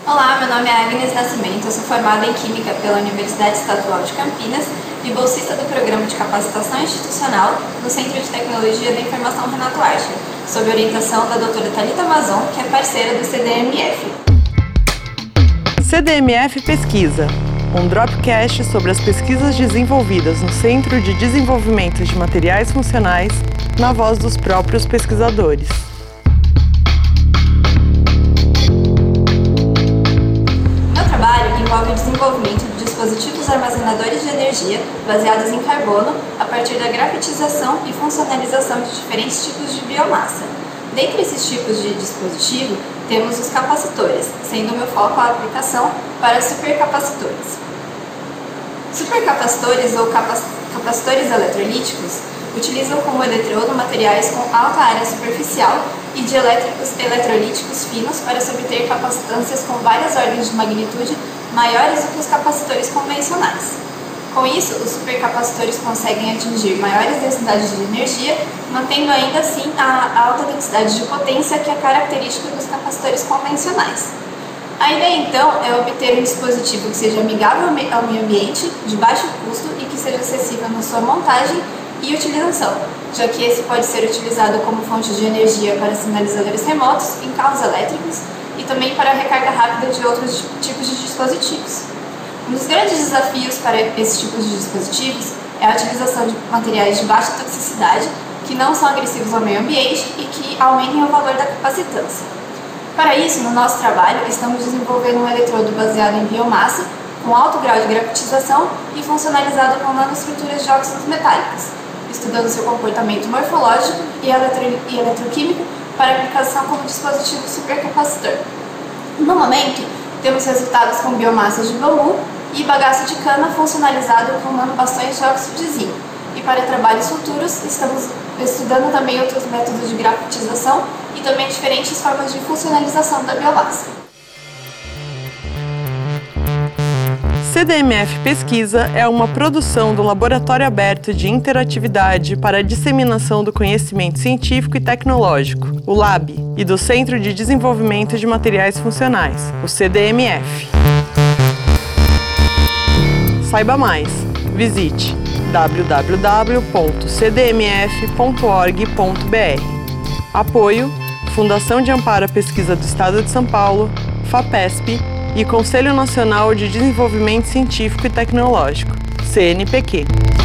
Olá, meu nome é Agnes Nascimento, eu sou formada em Química pela Universidade Estadual de Campinas e bolsista do Programa de Capacitação Institucional no Centro de Tecnologia da Informação Renato Archer, sob orientação da doutora Thalita Mazon, que é parceira do CDMF. CDMF Pesquisa, um dropcast sobre as pesquisas desenvolvidas no Centro de Desenvolvimento de Materiais Funcionais, na voz dos próprios pesquisadores. Envolve o desenvolvimento de dispositivos armazenadores de energia baseados em carbono a partir da grafitização e funcionalização de diferentes tipos de biomassa. Dentre esses tipos de dispositivo, temos os capacitores, sendo o meu foco a aplicação para supercapacitores. Supercapacitores ou capacitores eletrolíticos utilizam como eletrodo materiais com alta área superficial e de eletrolíticos finos para se obter capacitâncias com várias ordens de magnitude maiores do que os capacitores convencionais. Com isso, os supercapacitores conseguem atingir maiores densidades de energia, mantendo ainda assim a alta densidade de potência que é característica dos capacitores convencionais. A ideia, então, é obter um dispositivo que seja amigável ao meio ambiente, de baixo custo e que seja acessível na sua montagem e utilização, já que esse pode ser utilizado como fonte de energia para sinalizadores remotos em carros elétricos e também para a recarga rápida de outros tipos de dispositivos. Um dos grandes desafios para esses tipos de dispositivos é a utilização de materiais de baixa toxicidade, que não são agressivos ao meio ambiente e que aumentem o valor da capacitância. Para isso, no nosso trabalho, estamos desenvolvendo um eletrodo baseado em biomassa, com alto grau de grafitização e funcionalizado com nanoestruturas de óxidos metálicos, estudando seu comportamento morfológico e eletroquímico para aplicação como dispositivo supercapacitor. No momento, temos resultados com biomassas de bambu e bagaço de cana funcionalizado com nanobastões de óxido de zinco. E para trabalhos futuros, estamos estudando também outros métodos de grafitização e também diferentes formas de funcionalização da biomassa. CDMF Pesquisa é uma produção do Laboratório Aberto de Interatividade para a Disseminação do Conhecimento Científico e Tecnológico, o LAB, e do Centro de Desenvolvimento de Materiais Funcionais, o CDMF. Saiba mais, visite www.cdmf.org.br. Apoio: Fundação de Amparo à Pesquisa do Estado de São Paulo, FAPESP e Conselho Nacional de Desenvolvimento Científico e Tecnológico, CNPq.